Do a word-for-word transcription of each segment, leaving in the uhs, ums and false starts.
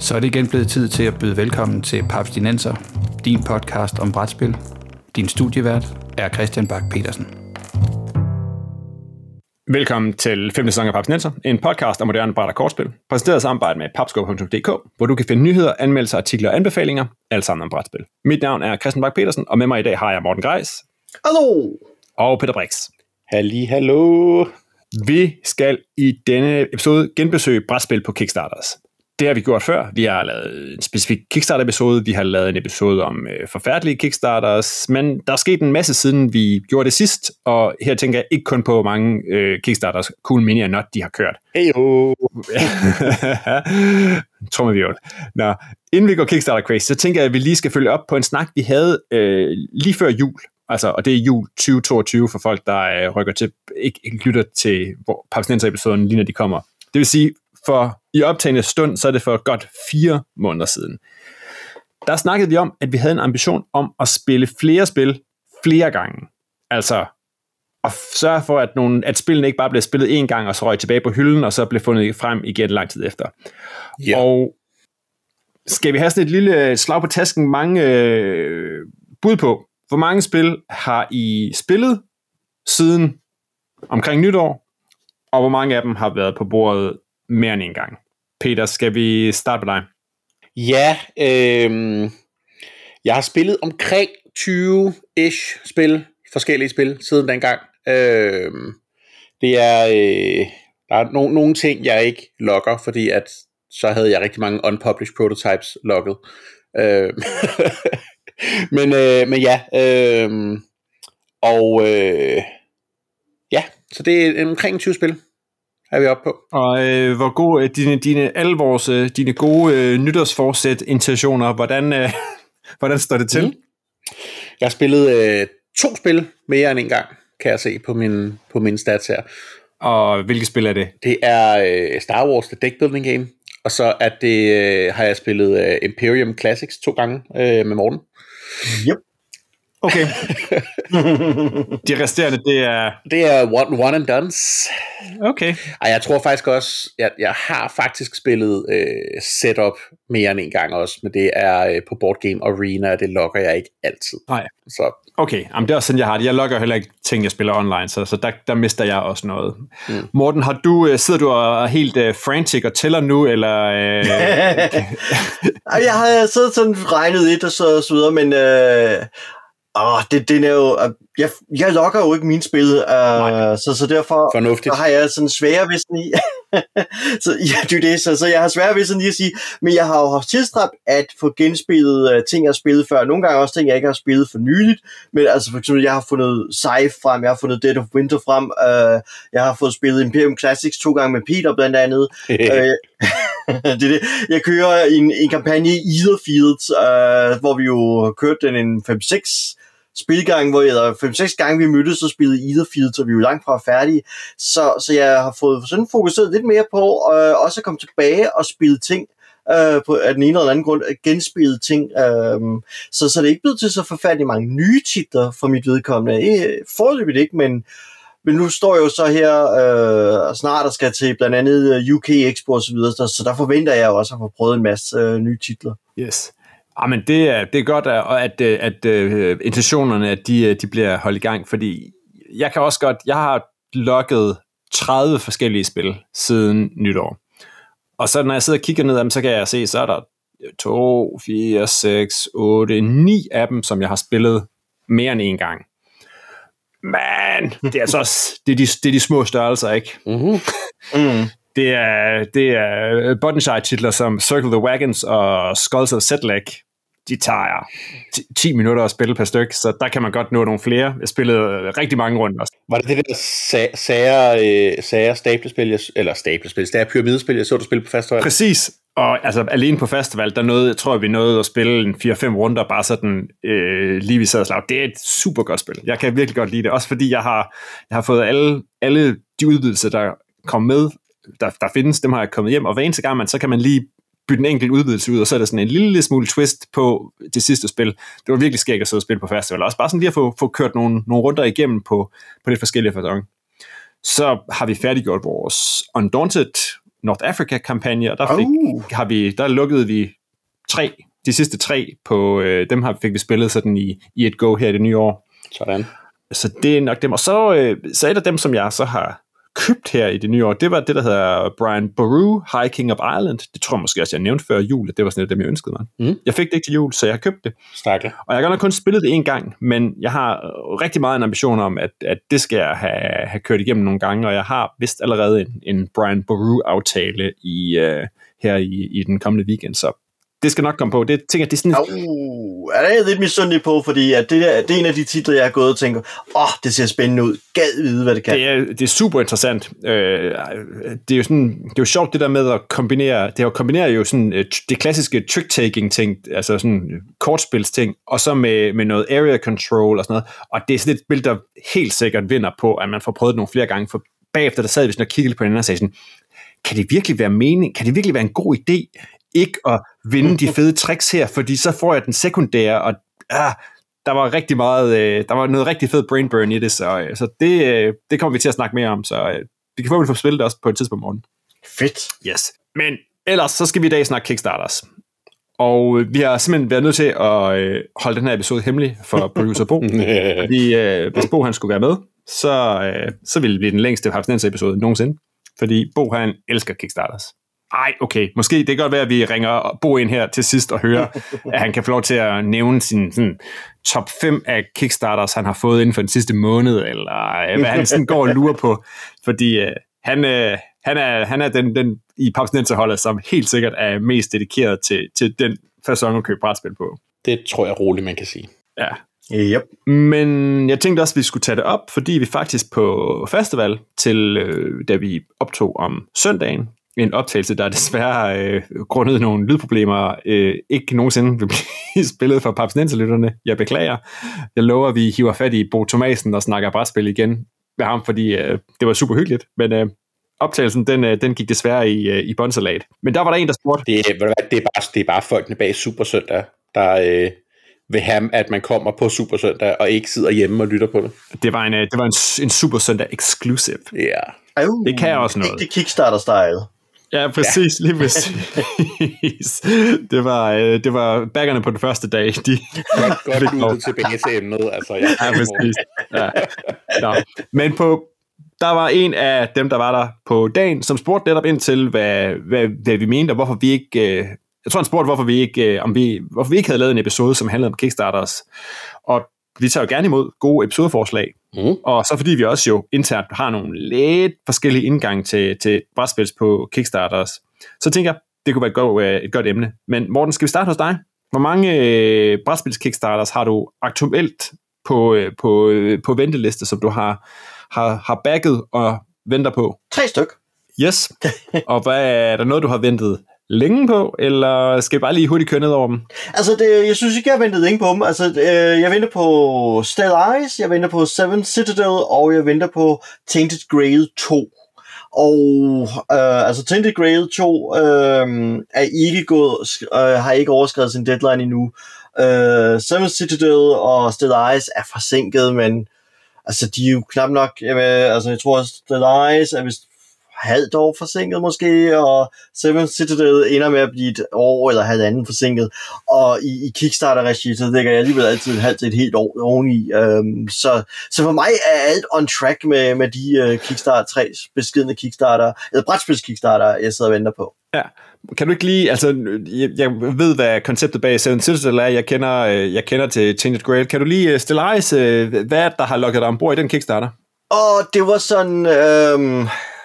Så er det igen blevet tid til at byde velkommen til Papstinenser, din podcast om brætspil. Din studievært er Christian Bak Petersen. Velkommen til femte sæson af Papstinenser, en podcast om moderne bræt- og kortspil, præsenteret i samarbejde med papskov punktum d k, hvor du kan finde nyheder, anmeldelser, artikler og anbefalinger, alt sammen om brætspil. Mit navn er Christian Bak Petersen, og med mig i dag har jeg Morten Greis. Hallo! Og Peter Brix. Halli, hallo! Vi skal i denne episode genbesøge brætspil på Kickstarters. Det har vi gjort før. Vi har lavet en specifik Kickstarter-episode, vi har lavet en episode om øh, forfærdelige Kickstarters, men der er sket en masse siden vi gjorde det sidst, og her tænker jeg ikke kun på mange øh, Kickstarters, Cool Mini og Not, de har kørt. Heyo! Tror vi jo. Nå, inden vi går Kickstarter crazy, så tænker jeg, at vi lige skal følge op på en snak, vi havde øh, lige før jul. Altså, og det er jul tyve toogtyve for folk, der øh, rykker til, ikke, ikke lytter til Papstinenser-episoden, lige når de kommer. Det vil sige, for i optagende stund, så er det for godt fire måneder siden. Der snakkede vi om, at vi havde en ambition om at spille flere spil flere gange. Altså at sørge for, at, nogle, at spillene ikke bare blev spillet én gang, og så røg tilbage på hylden, og så blev fundet frem igen lang tid efter. Yeah. Og skal vi have sådan et lille slag på tasken, mange øh, bud på, hvor mange spil har I spillet siden omkring nytår, og hvor mange af dem har været på bordet mere end en gang. Peter, skal vi starte med dig? Ja, øh, jeg har spillet omkring tyve-ish spil, forskellige spil, siden dengang. Øh, det er, øh, der er no- nogle ting, jeg ikke logger, fordi at så havde jeg rigtig mange unpublished prototypes logget. Øh, men, øh, men ja, øh, og øh, ja, så det er omkring tyve spil. Er vi oppe på. Og øh, hvor gode dine, dine, alle vores øh, dine gode øh, nytårsforsæt intentioner, hvordan, øh, hvordan står det til? Mm. Jeg har spillet øh, to spil mere end en gang, kan jeg se på min, på min stats her. Og hvilke spil er det? Det er øh, Star Wars The Deck Building Game, og så er det, øh, har jeg spillet øh, Imperium Classics to gange øh, med Morten. Yep. Okay. De resterende, det er... Det er one, one and dones. Okay. Ej, jeg tror faktisk også, jeg, jeg har faktisk spillet øh, setup mere end en gang også, men det er øh, på Board Game Arena, og det logger jeg ikke altid. Nej. Så. Okay, jamen, det er også sådan, jeg har det. Jeg logger heller ikke ting, jeg spiller online, så, så der, der mister jeg også noget. Mm. Morten, har du, sidder du og er helt uh, frantic og tæller nu, eller... Uh... Jeg har siddet sådan regnet et og så, så videre, men... Uh... Åh, det, det er jo... Jeg, jeg logger jo ikke mine spil, uh, så, så derfor Fornuftigt. har jeg sådan svære ved sådan i... så, ja, det, det, så, så jeg har svære ved sådan lige at sige, men jeg har jo haft tilstræbt at få genspillet uh, ting, jeg har spillet før. Nogle gange også ting, jeg ikke har spillet for nyligt, men altså for eksempel, jeg har fundet Scythe frem, jeg har fundet Dead of Winter frem, uh, jeg har fået spillet Imperium Classics to gange med Peter blandt andet. uh, det er det. Jeg kører en, en kampagne i Etherfield, uh, hvor vi jo har kørt den en fem seks spilgang, hvor jeg fem seks gange vi mødtes og spillede Etherfield, så vi er jo langt fra færdige. Så, så jeg har fået sådan fokuseret lidt mere på øh, også at komme tilbage og spille ting øh, på, af den ene eller anden grund, genspille ting. Øh, så, så det er ikke blevet til så forfærdeligt mange nye titler for mit vedkommende. Eh, foreløbigt ikke, men Men nu står jeg jo så her øh, snart og skal til blandt andet U K Expo og så videre, så, så der forventer jeg også at få prøvet en masse øh, nye titler. Yes. Ah, men det er, det er godt, at, at, at, at intentionerne at de, de bliver holdt i gang, fordi jeg kan også godt, jeg har logget tredive forskellige spil siden nytår. Og så når jeg sidder og kigger ned, så kan jeg se, så er der to, fire, seks, otte, ni af dem, som jeg har spillet mere end en gang. Men det er altså også, det er de, det er de små størrelser, ikke? Mm-hmm. mm. Det er, det er Buttonshire-titler som Circle the Wagons og Skulls of Sedlec. De tager ti minutter at spille per stykke, så der kan man godt nå nogle flere. Jeg spillede rigtig mange rundt også. Var det det der sager, sager stablespil, eller stablespil, sager pyramidespil, jeg så du spille på festival? Præcis, og altså alene på festival, der nåede, jeg tror vi nåede at spille en fire fem runder, bare sådan øh, lige vi sad og slag. Det er et super godt spil. Jeg kan virkelig godt lide det, også fordi jeg har, jeg har fået alle, alle de udvidelser, der kom med, der, der findes, dem har jeg kommet hjem, og hver eneste gang man, så kan man lige bytte en enkelt udvidelse ud, og så er der sådan en lille smule twist på det sidste spil. Det var virkelig skægt at sidde og spille på festival. Også bare sådan lige at få, få kørt nogle, nogle runder igennem på, på det forskellige facon. Så har vi færdiggjort vores Undaunted North Africa-kampagne, og der, fik, uh. har vi, der lukkede vi tre, de sidste tre på, øh, dem har, fik vi spillet sådan i, i et go her i det nye år. Sådan. Så det er nok dem. Og så, øh, så et af dem, som jeg så har købt her i det nye år, det var det, der hedder Brian Boru, High King of Ireland. Det tror jeg måske også, jeg nævnte før jul, at det var sådan et af dem, jeg ønskede mig. Mm. Jeg fik det ikke til jul, så jeg har købt det. Stakke. Og jeg har godt nok kun spillet det en gang, men jeg har rigtig meget en ambition om, at, at det skal jeg have, have kørt igennem nogle gange, og jeg har vist allerede en, en Brian Boru-aftale i, uh, her i, i den kommende weekend, så det skal nok komme på. Det tænker jeg, det er sådan... Uh, er det lidt misundelig på, fordi at det, der, det er en af de titler, jeg har gået og tænker, åh, oh, det ser spændende ud. Gad vide, hvad det kan. Det er, det er super interessant. Øh, det er jo sådan, det er jo sjovt det der med at kombinere, det er jo kombinere jo sådan det klassiske trick-taking ting, altså sådan kortspils-ting, og så med, med noget area control og sådan noget. Og det er sådan et spil, der helt sikkert vinder på, at man får prøvet det nogle flere gange, for bagefter der sad vi sådan og kiggede på hinanden og sagde sådan, kan det virkelig være mening? Kan det virkelig være en god idé ikke at vinde de fede tricks her, fordi så får jeg den sekundære, og ah, der var rigtig meget, øh, der var noget rigtig fed brain burn i det, så, øh, så det, øh, det kommer vi til at snakke mere om, så øh, vi kan forhåbentlig få spillet det også på et tidspunkt morgen. Fedt. Yes. Men ellers, så skal vi i dag snakke Kickstarters. Og vi har simpelthen været nødt til at øh, holde den her episode hemmelig for producer Bo. Fordi øh, hvis Bo han skulle være med, så, øh, så ville det blive den længste Papstinenser-episode nogensinde. Fordi Bo han elsker Kickstarters. Ej, okay. Måske det kan godt være, at vi ringer Bo ind her til sidst og hører, at han kan få lov til at nævne sin sådan, top fem af Kickstarters, han har fået inden for den sidste måned, eller hvad han sådan går og lurer på. Fordi øh, han, øh, han er, han er den, den i Papstinenser-holdet, som helt sikkert er mest dedikeret til, til den fasong at købe brætspil på. Det tror jeg roligt, man kan sige. Ja. Yep. Men jeg tænkte også, at vi skulle tage det op, fordi vi faktisk på festival, til øh, da vi optog om søndagen, en optagelse, der desværre øh, grundet nogle lydproblemer øh, ikke nogensinde vil blive spillet for Papstinenser-lytterne. Jeg beklager. Jeg lover, at vi hiver fat i Bo Thomasen og snakker brætspil igen med ham, fordi øh, det var super hyggeligt. Men øh, optagelsen, den, øh, den gik desværre i, øh, i båndsalat. Men der var der en, der spurgte... Det, det, er, bare, det er bare folkene bag Supersøndag, der øh, vil have, at man kommer på Supersøndag og ikke sidder hjemme og lytter på det. Det var en, øh, det var en, en Supersøndag exclusive. Ja. Yeah. Det kan også noget. Ikke Kickstarter-style. Ja, præcis, ja. Lige præcis. Det var, øh, det var baggerne på den første dag. De godt godt lyttet tilbage til emnet. Altså, jeg ja, præcis. Ja. Nå. Men på, der var en af dem, der var der på dagen, som spurgte netop ind til, hvad, hvad, hvad vi mente, og hvorfor vi ikke... Øh, jeg tror, han spurgte, hvorfor vi ikke, øh, om vi, hvorfor vi ikke havde lavet en episode, som handlede om Kickstarters. Og vi tager jo gerne imod gode episodeforslag. Mm. Og så fordi vi også jo internt har nogle lidt forskellige indgang til, til brætspils på Kickstarters, så tænker jeg, det kunne være et godt, et godt emne. Men Morten, skal vi starte hos dig? Hvor mange øh, brætspils Kickstarters har du aktuelt på, øh, på, øh, på venteliste, som du har, har, har bagget og venter på? Tre styk. Yes. Og hvad, er der noget, du har ventet længe på, eller skal vi bare lige hurtigt køre ned over dem? Altså, det, jeg synes ikke, jeg har ventet længe på dem. Altså, øh, jeg venter på Stale Eyes, jeg venter på Seven Citadel, og jeg venter på Tainted Grail to. Og øh, altså, Tainted Grail to øh, er ikke gået, øh, har ikke overskredet sin deadline endnu. Øh, Seven Citadel og Stale Eyes er forsinket, men altså, de er jo knap nok, jeg, ved, altså, jeg tror, Stale Eyes er vist halvt år forsinket måske, og Seven Citadel ender med at blive et år eller halvanden forsinket, og i, i Kickstarter-regi, så ligger jeg alligevel altid et halvt til et helt år oveni. Um, så, så for mig er alt on track med, med de uh, Kickstarter, tre beskidende Kickstarter, eller brætspils Kickstarter, jeg sidder og venter på. Ja. Kan du ikke lige, altså, jeg, jeg ved, hvad konceptet bag Seven Citadel er, jeg kender, jeg kender til Tainted Grail. Kan du lige stille Eyes, hvad er der har lukket dig ombord i den Kickstarter? Og det var sådan... Øhm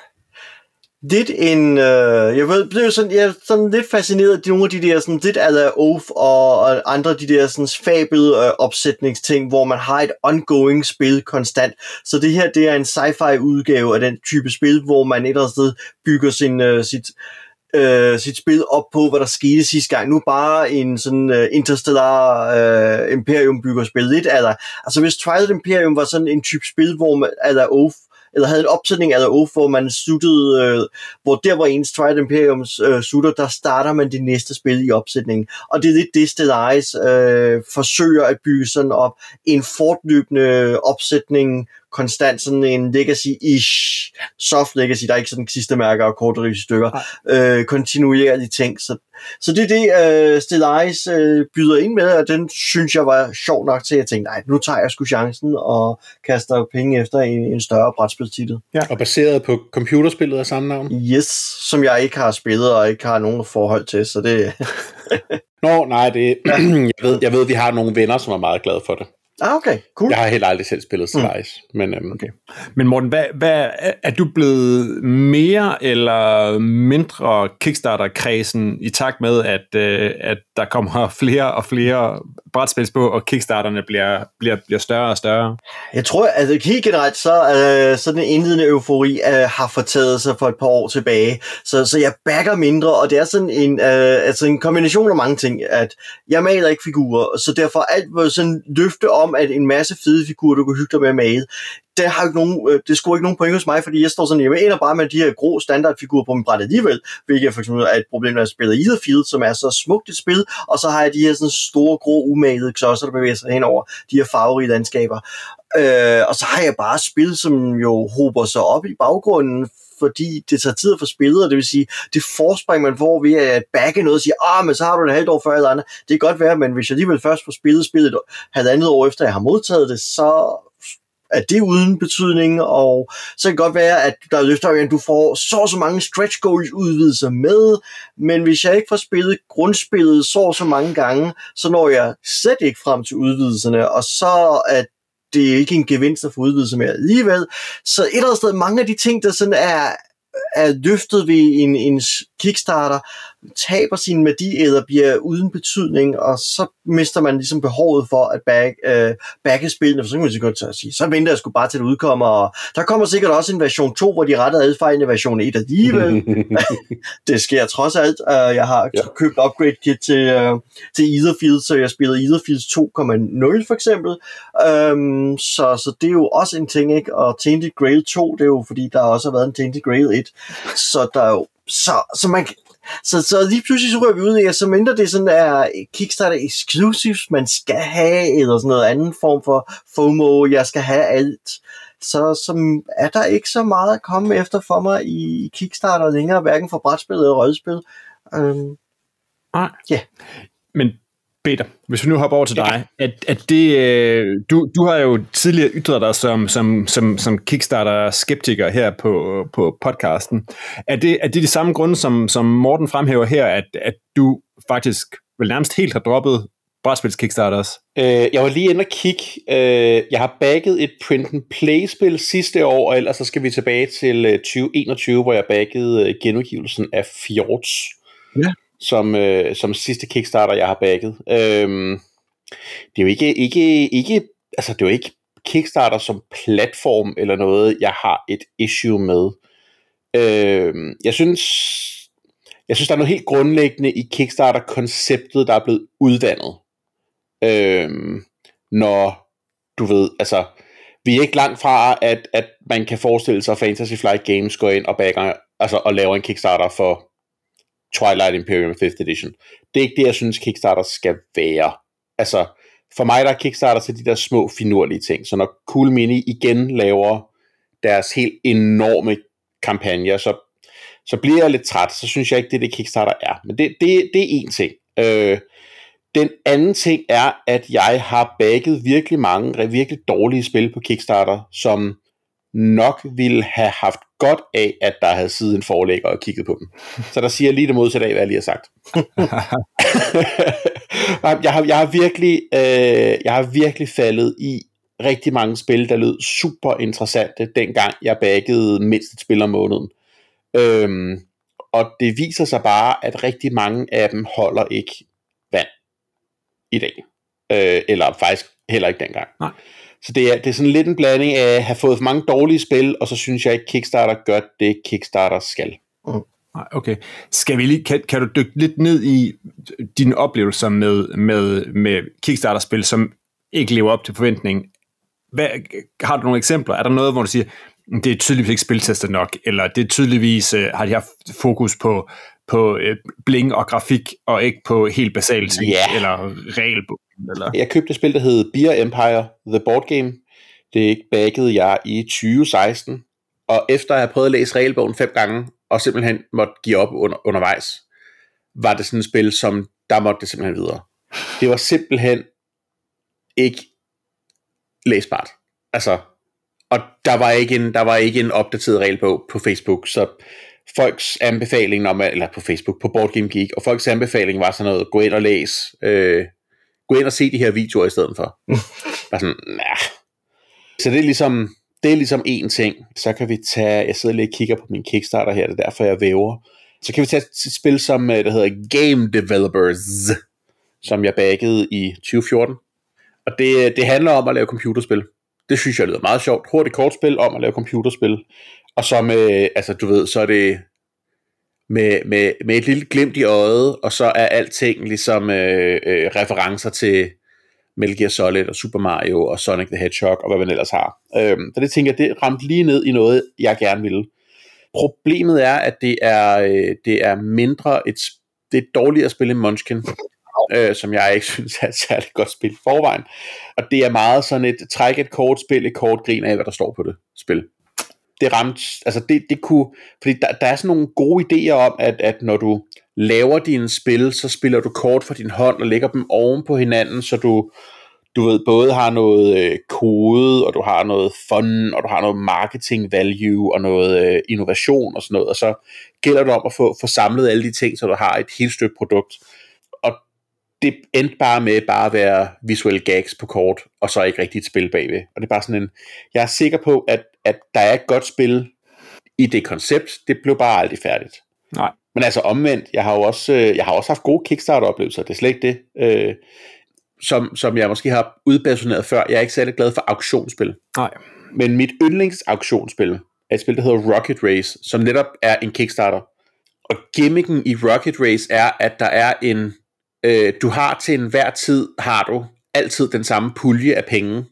lidt en, øh, jeg ved, blev sådan, jeg er sådan lidt fascineret af nogle af de der sådan lidt a la Oath og, og andre af de der sådan fabel øh, opsætningsting, hvor man har et ongoing spil konstant. Så det her, det er en sci-fi udgave af den type spil, hvor man et eller andet sted bygger sin, øh, sit, øh, sit spil op på, hvad der skete sidste gang. Nu bare en sådan øh, interstellar øh, Imperium bygger spil lidt a la, altså hvis Twilight Imperium var sådan en type spil, hvor man a la Oath, eller havde en opsætning af O, hvor man sluttede, øh, hvor der var ens Twilight Imperiums øh, slutter, der starter man det næste spil i opsætningen. Og det er lidt det, Stale Eyes øh, forsøger at bygge sådan op. En fortløbende opsætning, konstant sådan en legacy-ish, soft legacy, der er ikke sådan sidste mærker og kortere stykker, øh, kontinuerlige ting. Så, så det er det, uh, Still Ice uh, byder ind med, og den synes jeg var sjov nok til, at jeg tænkte, nej, nu tager jeg sgu chancen og kaster penge efter en, en større brætspilstitel. Ja. Og baseret på computerspillet af samme navn? Yes, som jeg ikke har spillet og ikke har nogen forhold til, så det... Nå, nej, det, jeg, ved, jeg ved, at vi har nogle venner, som er meget glade for det. Ah, okay, cool. Jeg har heller aldrig selv spillet Still Ice, mm. men... Um... Okay. Men Morten, hvad, hvad, er du blevet mere eller mindre Kickstarter-kredsen i takt med, at, øh, at der kommer flere og flere brætspils på, og Kickstarterne bliver, bliver, bliver større og større? Jeg tror, at altså, helt generelt, så øh, sådan en indledende eufori øh, har fortaget sig for et par år tilbage, så, så jeg backer mindre, og det er sådan en, øh, altså en kombination af mange ting, at jeg maler ikke figurer, så derfor alt var sådan løfte om, at en masse fede figurer, du kan hygge dig med at male, det har ikke nogen, øh, det scorer ikke nogen point hos mig, fordi jeg står sådan, jeg ender bare med de her grå standardfigurer på min bræt alligevel, hvilket for eksempel er et problem, når jeg spiller Etherfield, som er så smukt et spil, og så har jeg de her sådan store, grå, umalede klodser, der bevæger sig henover de her farverige landskaber. Øh, og så har jeg bare spil, som jo hober sig op i baggrunden, fordi det tager tid at få spillet, og det vil sige, det forspring, man får ved at backe noget og sige, ah, men så har du det halvt år før eller andet. Det kan godt være, men hvis jeg alligevel først får spillet spillet et halvandet år efter, jeg har modtaget det, så er det uden betydning, og så kan det godt være, at der er løfter, at du får så så mange stretch goals udvidelser med, men hvis jeg ikke får spillet grundspillet så så mange gange, så når jeg slet ikke frem til udvidelserne, og så er det er ikke en gevinst at få udvidelser med alligevel. Så et eller andet sted, mange af de ting, der sådan er, er løftet ved en, en Kickstarter, taber sin værdi eller bliver uden betydning, og så mister man ligesom behovet for at back, øh, backe spillene, for så kan man så godt til at sige, så venter jeg sgu bare til det udkommer, og der kommer sikkert også en version to, hvor de rettede alle fejlene i version et alligevel. Det sker trods alt. Uh, jeg har ja. købt upgrade kit til, uh, til Etherfield, så jeg spillede Etherfield to punkt nul for eksempel. Um, så, så det er jo også en ting, ikke? Og Tainted Grail to, det er jo fordi, der også har været en Tainted Grail et, så der er jo så, så man Så, så lige pludselig så rører vi ud i, at så mindre det sådan er Kickstarter exclusives, man skal have, eller sådan noget anden form for FOMO, jeg skal have alt, så, så er der ikke så meget at komme efter for mig i Kickstarter længere, hverken for brætspil eller rollespil. Um, Nej. Ja. Men Peter, hvis vi nu hopper over til dig, at, at det, du, du har jo tidligere ytret dig som, som, som, som Kickstarter-skeptiker her på, på podcasten. Er det, er det de samme grunde, som, som Morten fremhæver her, at, at du faktisk vel nærmest helt har droppet brætspils Kickstarters? Øh, jeg var lige inde og kigge. Øh, jeg har bagget et print-and-play-spil sidste år, og ellers så skal vi tilbage til tyve enogtyve, hvor jeg baggede genudgivelsen af Fjords. Ja. Som, øh, som sidste Kickstarter, jeg har bagget. Øhm, det er jo ikke, ikke, ikke, altså det er jo ikke Kickstarter som platform eller noget, jeg har et issue med. Øhm, jeg synes, jeg synes, der er noget helt grundlæggende i Kickstarter-konceptet, der er blevet udvandet. Øhm, når, du ved, altså, vi er ikke langt fra, at, at man kan forestille sig, at Fantasy Flight Games går ind og bagger, altså, og laver en Kickstarter for Twilight Imperium fifth edition. Det er ikke det, jeg synes Kickstarter skal være. Altså, for mig der er Kickstarter til de der små finurlige ting. Så når Cool Mini igen laver deres helt enorme kampagner, så, så bliver jeg lidt træt. Så synes jeg ikke, det er det Kickstarter er. Men det, det, det er en ting. Øh, den anden ting er, at jeg har bagget virkelig mange, virkelig dårlige spil på Kickstarter, som nok ville have haft godt af, at der havde siddet en forlægger og kigget på dem. Så der siger jeg lige det modsatte af, hvad jeg lige har sagt. jeg, har, jeg, har virkelig, øh, jeg har virkelig faldet i rigtig mange spil, der lød super interessante, dengang jeg baggede mindst et spil om måneden. Øhm, og det viser sig bare, at rigtig mange af dem holder ikke vand i dag. Øh, eller faktisk heller ikke dengang. Nej. Så det er, det er sådan lidt en blanding af at have fået for mange dårlige spil, og så synes jeg ikke, Kickstarter gør det, Kickstarter skal. Mm. Okay. Skal vi lige, kan, kan du dykke lidt ned i dine oplevelser med, med, med Kickstarter-spil, som ikke lever op til forventningen? Hvad, har du nogle eksempler? Er der noget, hvor du siger, det er tydeligvis ikke spiltestet nok, eller det er tydeligvis, uh, har de haft fokus på, på uh, bling og grafik, og ikke på helt basale ting, yeah. eller regelbog? Eller? Jeg købte et spil, der hed Beer Empire, The Board Game, Det baggede jeg i tyve seksten, og efter at have prøvet at læse regelbogen fem gange, og simpelthen måtte give op under, undervejs, var det sådan et spil, som der måtte det simpelthen videre. Det var simpelthen ikke læsbart. Altså, og der var ikke en, der var ikke en opdateret regelbog på Facebook, så folks anbefaling om, eller på Facebook, på Board Game Geek, og folks anbefaling var sådan noget, gå ind og læs, øh, gå ind og se de her videoer i stedet for. Bare sådan, nah. Så det er ligesom, det er ligesom en ting. Så kan vi tage, jeg sidder lige og kigger på min Kickstarter her, det er derfor jeg væver. Så kan vi tage et spil, som der hedder Game Developers, som jeg baggede i tyve fjorten. Og det, det handler om at lave computerspil. Det synes jeg lyder meget sjovt. Hurtigt kortspil om at lave computerspil. Og så med, altså du ved, så er det med, med, med et lille glimt i øjet, og så er alting ligesom øh, øh, referencer til Metal Gear Solid og Super Mario og Sonic the Hedgehog og hvad man ellers har. Øhm, så det tænker jeg, det ramte lige ned i noget, jeg gerne ville. Problemet er, at det er, øh, det er mindre, et, det er et dårligere spil end Munchkin, øh, som jeg ikke synes er et særligt godt spil i forvejen. Og det er meget sådan et, træk et kort spil, et kort grin af, hvad der står på det spil. Det ramte, altså det, det kunne, fordi der, der er sådan nogle gode idéer om, at, at når du laver dine spil, så spiller du kort for din hånd og lægger dem oven på hinanden, så du, du ved, både har noget øh, kode, og du har noget fun, og du har noget marketing value, og noget øh, innovation og sådan noget, og så gælder det om at få, få samlet alle de ting, så du har et helt stykke produkt. Og det endte bare med bare at være visuelle gags på kort, og så ikke rigtig et spil bagved. Og det er bare sådan en, jeg er sikker på, at, at der er et godt spil i det koncept, det blev bare aldrig færdigt. Nej. Men altså omvendt, jeg har jo også, jeg har også haft gode Kickstarter-oplevelser, det er slet ikke det, øh, som, som jeg måske har udpersoneret før. Jeg er ikke særlig glad for auktionsspil. Nej. Men mit yndlingsauktionsspil er et spil, der hedder Rocket Race, som netop er en Kickstarter. Og gimmicken i Rocket Race er, at der er en, øh, du har til enhver tid, har du altid den samme pulje af penge,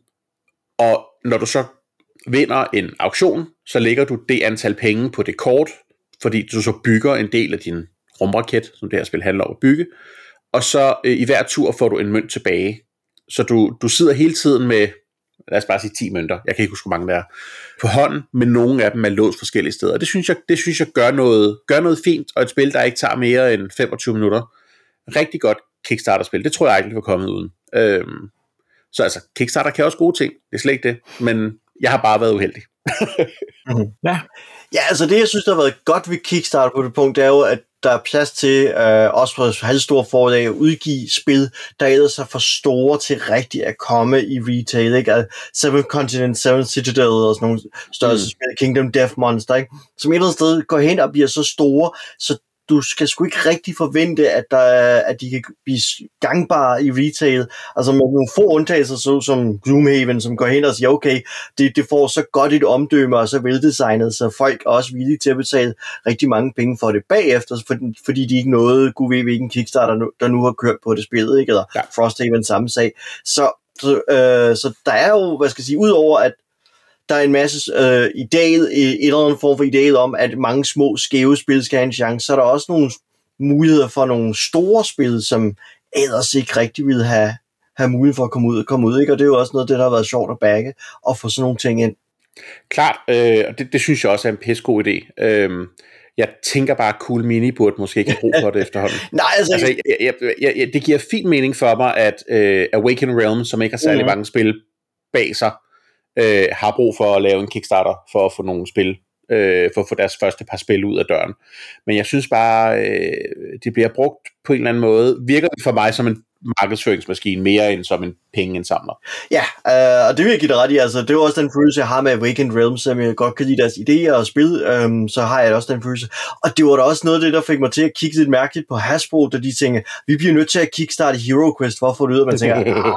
og når du så vinder en auktion, så lægger du det antal penge på det kort, fordi du så bygger en del af din rumraket, som det her spil handler om at bygge, og så øh, i hver tur får du en mønt tilbage. Så du, du sidder hele tiden med, lad os bare sige ti mønter, jeg kan ikke huske, hvor mange der er, på hånden, men nogle af dem er låst forskellige steder. Det synes jeg, det synes jeg gør, noget, gør noget fint, og et spil, der ikke tager mere end femogtyve minutter. Rigtig godt Kickstarter-spil, det tror jeg ikke var kommet uden. Øhm, så altså, Kickstarter kan også gode ting, det er slet ikke det, men jeg har bare været uheldig. mm-hmm. Ja. Ja, altså det, jeg synes, der har været godt ved Kickstarter på det punkt, det er jo, at der er plads til, øh, også for halvstore forlag, at udgive spil, der ellers er for store til rigtigt at komme i retail, ikke? Altså, Seven Continents, Seven Citadel og sådan nogle størrelse mm. spil, Kingdom Death Monster, ikke? Som et eller andet sted går hen og bliver så store, så du skal sgu ikke rigtig forvente, at, der er, at de kan blive gangbare i retail. Altså med nogle få undtagelser, så som Gloomhaven, som går hen og siger, okay, det, det får så godt et omdømme og så veldesignet, så folk er også villige til at betale rigtig mange penge for det bagefter, fordi de ikke nåede, gud ved hvilken Kickstarter, der nu har kørt på det spillet, ikke? Eller ja. Frosthaven samme sag. Så, så, øh, så der er jo, hvad skal jeg sige, udover at der er en masse øh, ideal, et eller andet form for ideal om, at mange små skæve spil skal have en chance, så er der også nogle muligheder for nogle store spil, som ellers ikke rigtig ville have, have mulighed for at komme ud og komme ud, ikke? Og det er jo også noget, det der har været sjovt at bagge, og få sådan nogle ting ind. Klart, øh, og det, det synes jeg også er en pissegod idé. Øh, jeg tænker bare, Cool Mini burde måske ikke have brug for det efterhånden. Nej, altså... altså jeg, jeg, jeg, jeg, det giver fin mening for mig, at øh, Awaken Realms, som ikke har særlig mm. mange spil bag sig, Øh, har brug for at lave en Kickstarter for at få nogle spil, øh, for at få deres første par spil ud af døren. Men jeg synes bare, øh, det bliver brugt på en eller anden måde, virker det for mig som en markedsføringsmaskine, mere end som en pengeindsamler. Ja, øh, og det vil jeg give dig ret i. Altså, det er jo også den følelse, jeg har med Awakened Realms, som jeg godt kan lide deres idéer og spil, øhm, så har jeg også den følelse. Og det var da også noget af det, der fik mig til at kigge lidt mærkeligt på Hasbro, da de tænkte, vi bliver nødt til at kickstarte Hero Quest, for at få det ud, og man tænker,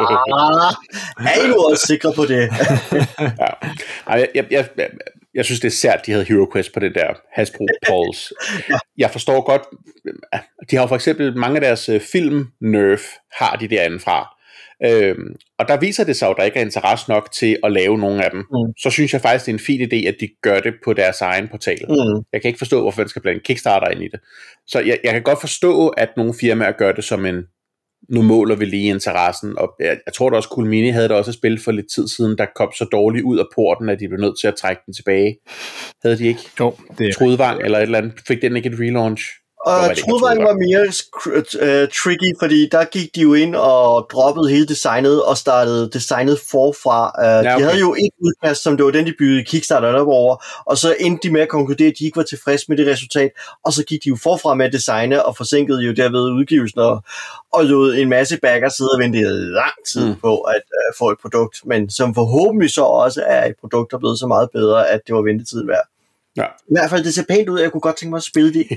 er I nu også sikre på det? Ja. Jeg, jeg, jeg, jeg, jeg synes, det er sært, de havde Hero Quest på den der Hasbro Pulse. Ja. Jeg forstår godt, de har jo for eksempel mange af deres film Nerf, har de derinde fra. Øhm, og der viser det sig, at der ikke er interesse nok til at lave nogle af dem. Mm. Så synes jeg faktisk, det er en fin idé, at de gør det på deres egen portal. Mm. Jeg kan ikke forstå, hvorfor man skal blande Kickstarter ind i det. Så jeg, jeg kan godt forstå, at nogle firmaer gør det som en nu måler vi lige interessen, og jeg, jeg tror da også, Cool Mini havde da også et spil for lidt tid siden, der kom så dårligt ud af porten, at de blev nødt til at trække den tilbage. Havde de ikke? Jo, det er Trudvang eller et eller andet. Fik den ikke et relaunch? Og Trudvang var mere uh, tricky, fordi der gik de jo ind og droppede hele designet og startede designet forfra. Uh, ja, okay. De havde jo et udkast, som det var den, de byggede Kickstarter op over, og så endte de med at konkludere, at de ikke var tilfredse med det resultat, og så gik de jo forfra med at designe og forsinkede jo derved udgivelsen og, og lod en masse backer sidde og vente lang tid mm. på at uh, få et produkt, men som forhåbentlig så også er et produkt, der er blevet så meget bedre, at det var ventetiden værd. Ja. I hvert fald, det ser pænt ud, jeg kunne godt tænke mig at spille det.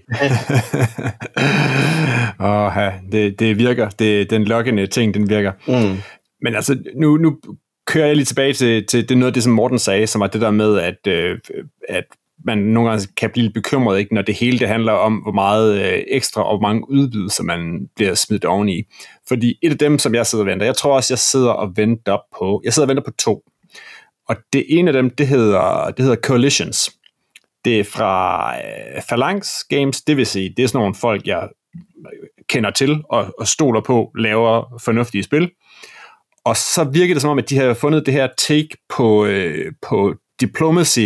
Åh, ja, det, det virker. Det, den loggende ting, den virker. Mm. Men altså, nu, nu kører jeg lige tilbage til, til det noget af det, som Morten sagde, som er det der med, at, øh, at man nogle gange kan blive lidt bekymret, ikke, når det hele det handler om, hvor meget øh, ekstra og hvor mange udvidelser man bliver smidt oveni. Fordi et af dem, som jeg sidder og venter, jeg tror også, jeg sidder og venter på, jeg sidder og venter på to. Og det ene af dem, det hedder, det hedder Coalitions. Det er fra øh, Phalanx Games, det vil sige, det er sådan nogle folk, jeg kender til og, og stoler på, laver fornuftige spil. Og så virker det som om, at de har fundet det her take på, øh, på diplomacy,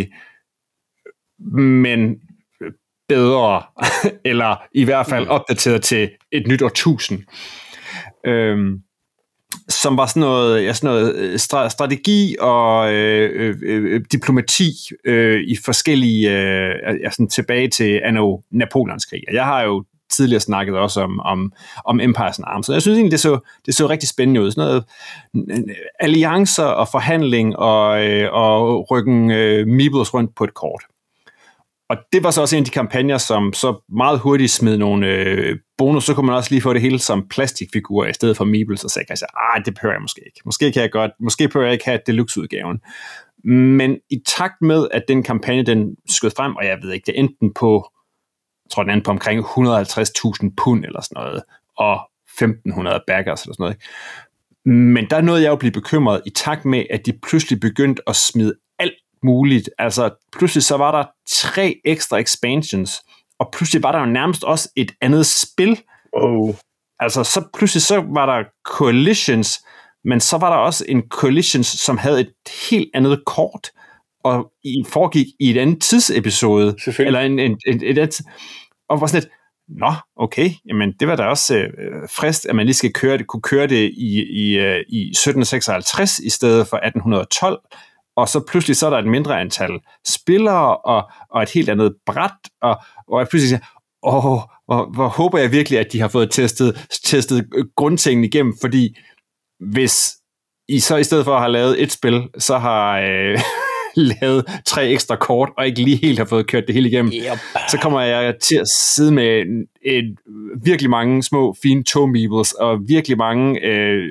men bedre, eller i hvert fald opdateret til et nyt årtusind. Øhm, som var sådan noget, ja, sådan noget strategi og øh, øh, diplomati øh, i forskellige, øh, ja, sådan tilbage til anno Napoleonskrig. Jeg har jo tidligere snakket også om, om, om Empires and Arms, så jeg synes egentlig, det så, det så rigtig spændende ud. Sådan noget alliancer og forhandling og, øh, og rykken øh, meeples rundt på et kort. Og det var så også en af de kampagner, som så meget hurtigt smed nogle øh, bonus, så kunne man også lige få det hele som plastikfigurer i stedet for meeples, og sagde jeg, ah, det behøver jeg måske ikke. Måske kan jeg godt, måske behøver jeg ikke have deluxe-udgaven. Men i takt med, at den kampagne, den skød frem, og jeg ved ikke, det endte den på, jeg tror den endte på omkring et hundrede og halvtreds tusind pund eller sådan noget, og femten hundrede baggers eller sådan noget. Men der nåede jeg jo at blive bekymret i takt med, at de pludselig begyndte at smide alt muligt. Altså pludselig så var der tre ekstra expansions, og pludselig var der jo nærmest også et andet spil. Oh. Altså så pludselig så var der coalitions, men så var der også en coalitions, som havde et helt andet kort, og i, foregik i et andet tidsepisode. Eller en, en, en, et andet, og var sådan lidt, nå, okay, jamen det var da også øh, frist, at man lige skal køre det, kunne køre det i, i, øh, i sytten seksoghalvtreds i stedet for atten tolv, og så pludselig så er der et mindre antal spillere, og, og et helt andet bræt, og, og jeg pludselig siger, åh, hvor, hvor håber jeg virkelig, at de har fået testet, testet grundtingene igennem, fordi hvis I så i stedet for at have lavet et spil, så har øh, lavet tre ekstra kort, og ikke lige helt har fået kørt det hele igennem, yep. Så kommer jeg til at sidde med en, en, virkelig mange små, fine toe-meeples, og virkelig mange øh,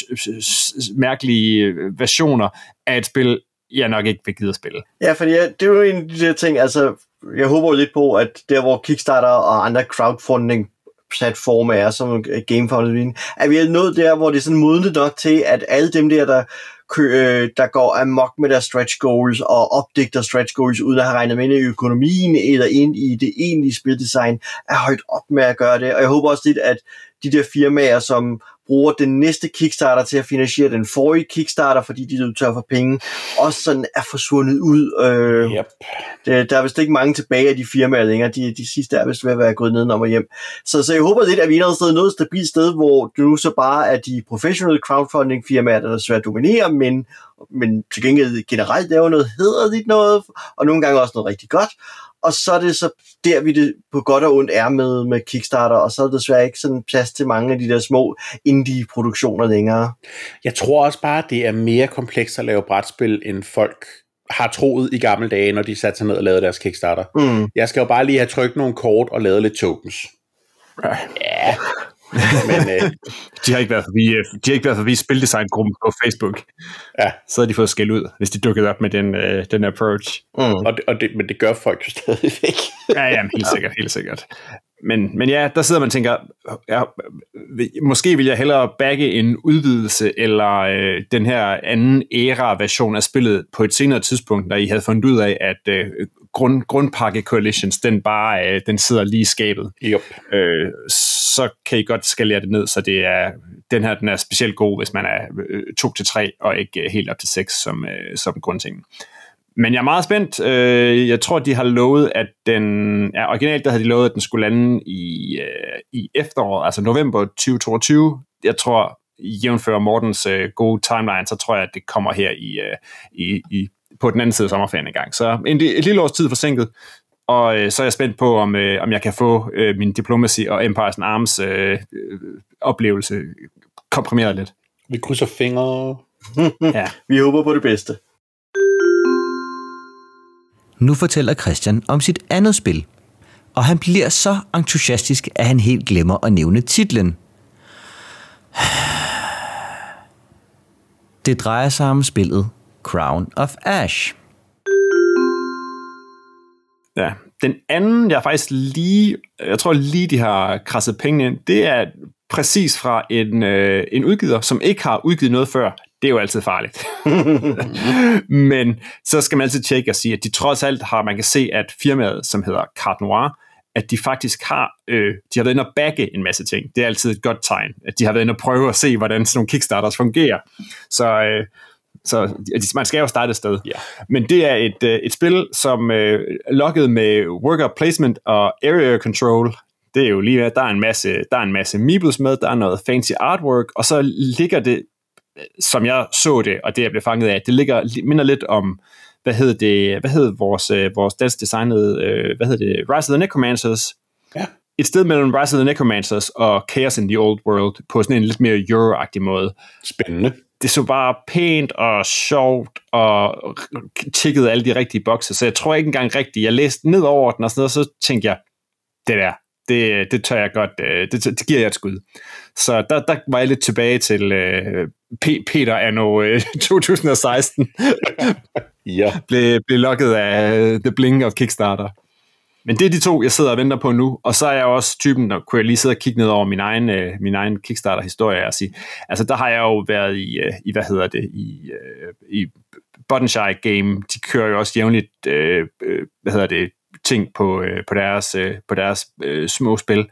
mærkelige versioner af et spil, jeg nok ikke vil gide at spille. Ja, fordi det er jo en af de der ting, altså, jeg håber jo lidt på, at der hvor Kickstarter og andre crowdfunding platforme er, som GameFound, at vi er nået der, hvor det er sådan modnet nok til, at alle dem der, der, kø, der går amok med deres stretch goals og opdigter stretch goals, uden at have regnet med i økonomien eller ind i det egentlige spildesign, er højt op med at gøre det. Og jeg håber også lidt, at de der firmaer, som bruger den næste Kickstarter til at finansiere den forrige Kickstarter, fordi de er tør for penge, også sådan er forsvundet ud. Øh, yep. det, der er vist ikke mange tilbage af de firmaer længere. De, de sidste er vist ved at være gået nedenom og hjem. Så, så jeg håber lidt, at vi er et sted noget stabilt sted, hvor det nu så bare er de professionelle crowdfunding firmaer, der er svært at dominere, men, men til gengæld generelt laver noget hæderligt noget, og nogle gange også noget rigtig godt. Og så er det så der, vi det på godt og ondt er med, med Kickstarter, og så er det desværre ikke sådan plads til mange af de der små indie-produktioner længere. Jeg tror også bare, det er mere komplekst at lave brætspil, end folk har troet i gamle dage, når de satte sig ned og lavede deres Kickstarter. Mm. Jeg skal jo bare lige have trykt nogle kort og lavet lidt tokens. Ja. Yeah. Men, øh, de har ikke været forbi, de har ikke været forbi spildesign-gruppen på Facebook. Ja. Så har de fået skæld ud, hvis de dukkede op med den, øh, den approach. Mm. Og det, og det, men det gør folk jo stadigvæk. Ja, ja, helt sikkert, helt sikkert. Men, men ja, der sidder man og tænker, ja, måske vil jeg hellere bagge en udvidelse, eller øh, den her anden æra-version af spillet på et senere tidspunkt, når I havde fundet ud af, at øh, grund, grundpakke Coalitions, den bare øh, den sidder lige i skabet. Yep. Øh, så kan I godt skalere det ned, så det er, den her den er specielt god, hvis man er to til tre, og ikke helt op til seks som, som grundtingen. Men jeg er meget spændt. Jeg tror, de har lovet, at den... Ja, originalt der havde de lovet, at den skulle lande i, i efteråret, altså november tyve toogtyve. Jeg tror, jævnfør Mortens gode timeline, så tror jeg, at det kommer her i, i, i, på den anden side af sommerferien en gang. Så en, et lille års tid forsinket, og så er jeg spændt på, om, om jeg kan få min Diplomacy og Empires and Arms øh, oplevelse komprimeret lidt. Vi krydser fingre. Ja. Vi håber på det bedste. Nu fortæller Christian om sit andet spil, og han bliver så entusiastisk, at han helt glemmer at nævne titlen. Det drejer sig om spillet Crown of Ash. Ja, den anden, jeg faktisk lige, jeg tror lige, de har krasset penge ind, det er præcis fra en, øh, en udgiver, som ikke har udgivet noget før. Det er jo altid farligt. Men så skal man altid tjekke og sige, at de trods alt har, man kan se, at firmaet, som hedder Carte Noire, at de faktisk har, øh, de har været inde og bagge en masse ting. Det er altid et godt tegn, at de har været inde og prøve at se, hvordan sådan nogle Kickstarters fungerer. Så, øh, så man skal jo starte et sted. Yeah. Men det er et, øh, et spil, som øh, logget med worker placement og area control. Det er jo lige, der er en masse, der er en masse meeples med, der er noget fancy artwork, og så ligger det, som jeg så det, og det jeg blev fanget af, det ligger minder lidt om, hvad hedder det, hvad hedder vores, vores dansk designede, hvad hedder det, Rise of the Necromancers. Ja. Et sted mellem Rise of the Necromancers og Chaos in the Old World, på sådan en lidt mere Euro-agtig måde. Spændende. Det så bare pænt og sjovt, og tikkede alle de rigtige bokse, så jeg tror ikke engang rigtigt, jeg læste ned over den og sådan noget, så tænkte jeg, det der, det, det tør jeg godt, det, det giver jeg et skud. Så der, der var jeg lidt tilbage til uh, P- Peter anno uh, to tusind og seksten. Ja. Blev, blev lukket af The Blink of Kickstarter. Men det er de to, jeg sidder og venter på nu, og så er jeg også typen, der kunne jeg lige sidde og kigge ned over min egen, uh, min egen Kickstarter-historie og sige, altså der har jeg jo været i, uh, i hvad hedder det, i, uh, i Buttonshire Game, de kører jo også jævnligt, uh, uh, hvad hedder det, ting på, uh, på deres, uh, på deres uh, små spil.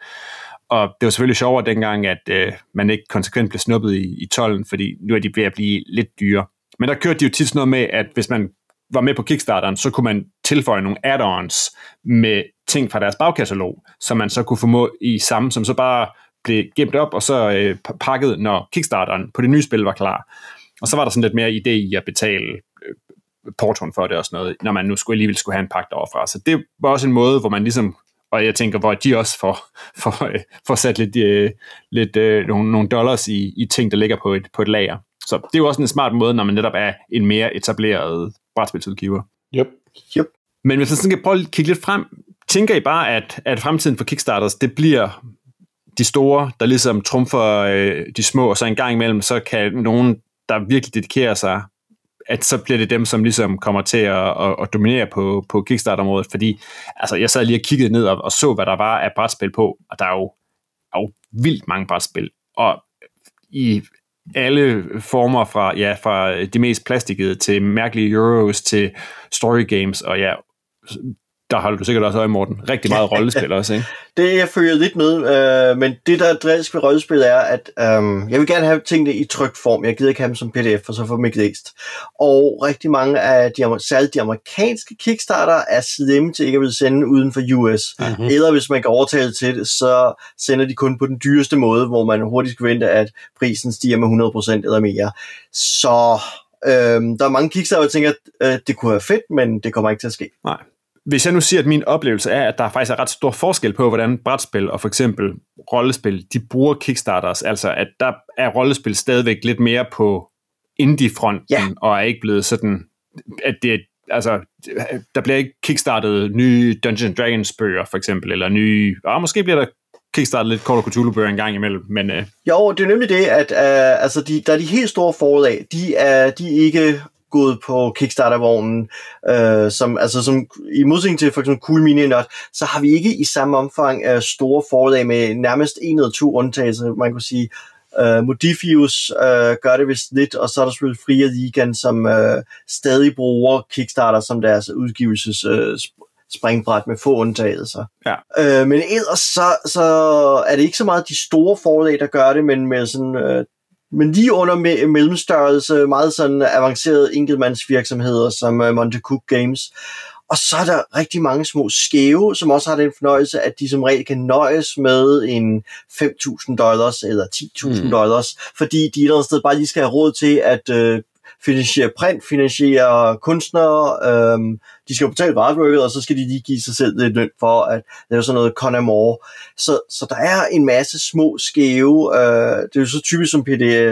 Og det var selvfølgelig sjovere dengang, at øh, man ikke konsekvent blev snuppet i, i tolden, fordi nu er de ved at blive lidt dyre. Men der kørte de jo tit sådan noget med, at hvis man var med på Kickstarteren, så kunne man tilføje nogle add-ons med ting fra deres bagkatalog, som man så kunne få i samme, som så bare blev gemt op og så øh, pakket, når Kickstarteren på det nye spil var klar. Og så var der sådan lidt mere idé i at betale øh, portoen for det og sådan noget, når man nu skulle alligevel skulle have en pakke overfra. Så det var også en måde, hvor man ligesom, og jeg tænker, hvor de også får, får, øh, får sat lidt, øh, lidt øh, nogle, nogle dollars i, i ting, der ligger på et, på et lager. Så det er jo også en smart måde, når man netop er en mere etableret brætspilsudgiver. Yep. Yep. Men hvis man sådan kan prøve at kigge lidt frem, tænker I bare, at, at fremtiden for Kickstarters, det bliver de store, der ligesom trumfer øh, de små, og så en gang imellem, så kan nogen, der virkelig dedikerer sig, at så bliver det dem, som ligesom kommer til at, at, at dominere på, på Kickstarter-området, fordi altså, jeg sad lige og kiggede ned og, og så, hvad der var af brætspil på, og der er jo, er jo vildt mange brætspil, og i alle former fra, ja, fra de mest plastikkede til mærkelige euros til story games, og ja, der holder du sikkert også øje, Morten. Rigtig meget rollespil også, ikke? Det jeg følger lidt med, øh, men det der er drilsk ved rollespil er, at øh, jeg vil gerne have tingene i trykform. Jeg gider ikke have dem som P D F, for så får dem ikke læst. Og rigtig mange af de, særligt de amerikanske Kickstarter er slemme til ikke at ville sende uden for U S. Mm-hmm. Eller hvis man kan overtale til det, så sender de kun på den dyreste måde, hvor man hurtigt skal vente, at prisen stiger med hundrede procent eller mere. Så øh, der er mange Kickstarter, der tænker, at øh, det kunne være fedt, men det kommer ikke til at ske. Nej. Hvis jeg nu siger, at min oplevelse er, at der faktisk er ret stor forskel på, hvordan brætspil og for eksempel rollespil, de bruger Kickstarters, altså at der er rollespil stadigvæk lidt mere på indie-fronten, ja. Og er ikke blevet sådan, at det, altså, der bliver ikke kickstartet nye Dungeons and Dragons bøger, for eksempel, eller nye, og måske bliver der kickstartet lidt Call of Cthulhu bøger en gang imellem, men... Øh... Jo, det er nemlig det, at øh, altså de, der er de helt store forlag, de er, de er ikke gået på Kickstarter-vognen, øh, som, altså som i modsætning til for eksempel Cool Mini Nut, så har vi ikke i samme omfang øh, store forlag med nærmest en eller to undtagelser, man kunne sige. Øh, Modifius øh, gør det vist lidt, og så er der selvfølgelig Fria Ligaen, som øh, stadig bruger Kickstarter som deres udgivelses øh, springbræt med få undtagelser. Ja. Øh, men ellers så, så er det ikke så meget de store forlag, der gør det, men med sådan... Øh, men lige under me- mellemstørrelse, meget sådan avancerede enkeltmandsvirksomheder som Monte Cook Games. Og så er der rigtig mange små skæve, som også har den fornøjelse, at de som regel kan nøjes med en fem tusind dollars eller ti tusind mm. dollars, fordi de et eller andet sted bare lige skal have råd til at øh, finansiere print, finansiere kunstnere, øhm, de skal jo betale for artworket, og så skal de lige give sig selv lidt løn for at lave sådan noget con amore. Så, så der er en masse små skæve, øh, det er jo så typisk som P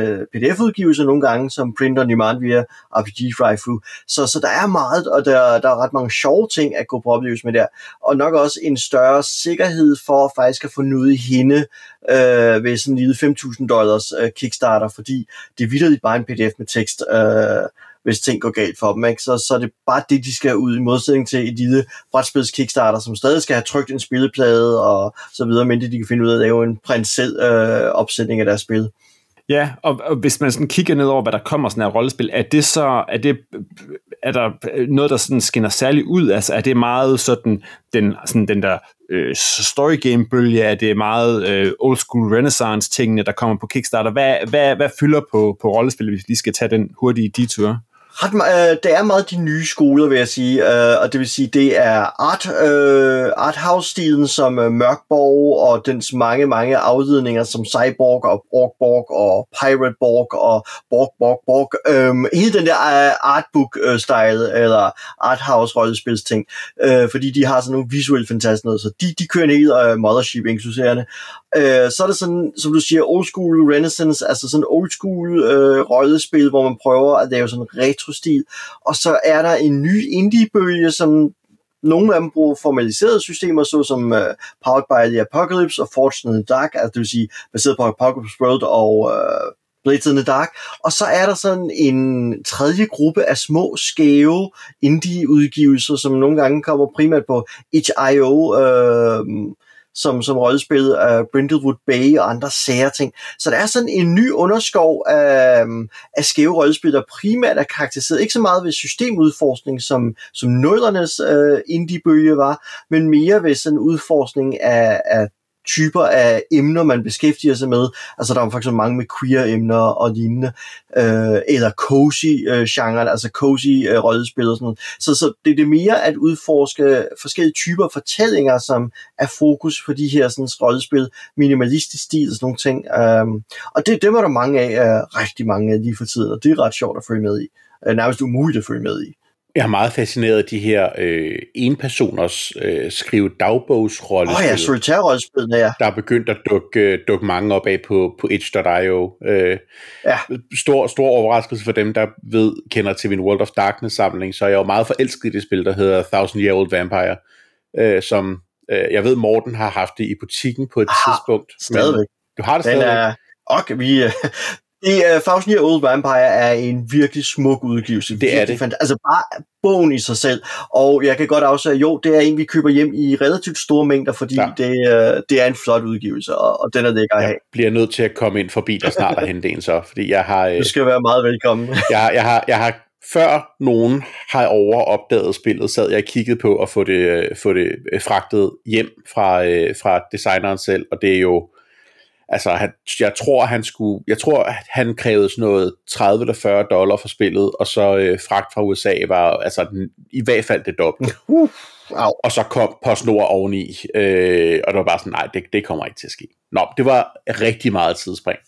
D F-udgivelser nogle gange, som print on demand via R P G Drive-Thru. Så, så der er meget, og der, der er ret mange sjove ting at gå på oplevelse med der, og nok også en større sikkerhed for faktisk at få noget i hende øh, ved sådan en lille fem tusind dollars øh, Kickstarter, fordi det er vitterligt bare en P D F med tekst, øh, hvis ting går galt for dem, ikke? Så, så er det bare det, de skal ud i modsætning til et lille brætspils Kickstarter, som stadig skal have trykt en spilleplade og så videre, men det de kan finde ud af at lave en print selv øh, opsætning af deres spil. Ja, og, og hvis man sådan kigger ned over, hvad der kommer sådan her rollespil, er det så, er det, er der noget, der sådan skinner særligt ud? Altså, er det meget sådan, den, sådan den der øh, story game bølge, er det meget øh, old school renaissance tingene, der kommer på Kickstarter? Hvad, hvad, hvad fylder på, på rollespil, hvis vi lige skal tage den hurtige detur? Ret, øh, det er meget de nye skoler, vil jeg sige, øh, og det vil sige, det er art, øh, arthouse-stilen som øh, Mørkborg, og dens mange, mange afledninger som Cyborg og Orkborg og Pirateborg og Borg, Borg, Borg. Øh, hele den der øh, artbook-style, eller arthouse-rollespilsting, øh, fordi de har sådan nogle visuelt fantastiske noget, så de, de kører ned øh, Mothership inkluserende. Øh, så er det sådan, som du siger, old school renaissance, altså sådan old school øh, rollespil, hvor man prøver at lave sådan retro-stil, og så er der en ny indie-bølge, som nogle af dem bruger formaliserede systemer, såsom uh, Powered by the Apocalypse og Forged in the Dark, altså det vil sige baseret på Apocalypse World og uh, Blades in the Dark, og så er der sådan en tredje gruppe af små, skæve indie-udgivelser, som nogle gange kommer primært på itch punktum i o, øh, som, som rollespil af uh, Brindlewood Bay og andre sære ting. Så der er sådan en ny underskov af, af skæve rollespil, der primært er karakteriseret ikke så meget ved systemudforskning, som, som nullernes uh, indie-bølge var, men mere ved sådan en udforskning af, af typer af emner, man beskæftiger sig med. Altså der er for eksempel mange med queer-emner og lignende, øh, eller cozy-genren, øh, altså cozy-rollespil og sådan noget. Så, så det er det mere at udforske forskellige typer fortællinger, som er fokus på de her sådan, rollespil, minimalistisk stil og sådan nogle ting. Um, og det, dem er der mange af, uh, rigtig mange af lige for tiden, og det er ret sjovt at følge med i. Uh, nærmest umuligt at følge med i. Jeg er meget fascineret af de her øh, enpersoners øh, skrive dagbogsrollespil. Åh oh ja, solitærrollespil, ja. Der er begyndt at dukke, dukke mange op af på, på itch punktum i o. Øh, ja. Stor, stor overraskelse for dem, der ved, kender til min World of Darkness-samling, så jeg er jo meget forelsket i det spil, der hedder Thousand Year Old Vampire, øh, som øh, jeg ved, Morten har haft det i butikken på et Aha, tidspunkt. Stadigvæk. Du har det Den stadigvæk? er, okay, vi... Det uh, Thousand Year Old Vampire er en virkelig smuk udgivelse. Det er det. Fant- altså bare bogen i sig selv. Og jeg kan godt afsløre, jo, det er en, vi køber hjem i relativt store mængder, fordi ja. det, uh, det er en flot udgivelse, og, og den er lækker at have. Jeg bliver nødt til at komme ind forbi dig snart og hente en så, fordi jeg har... Uh, du skal være meget velkommen. jeg, jeg, har, jeg har før nogen har overopdaget spillet, sad jeg og kiggede på at få det, få det fragtet hjem fra, uh, fra designeren selv, og det er jo... Altså, han, jeg tror, han skulle, jeg tror, at han krævede sådan noget tredive eller fyrre dollar for spillet, og så øh, fragt fra U S A var altså den, i hvert fald det dobbelte. Uh, og så kom PostNord oveni, øh, og det var bare sådan, nej, det, det kommer ikke til at ske. Nå, det var rigtig meget tidsspring.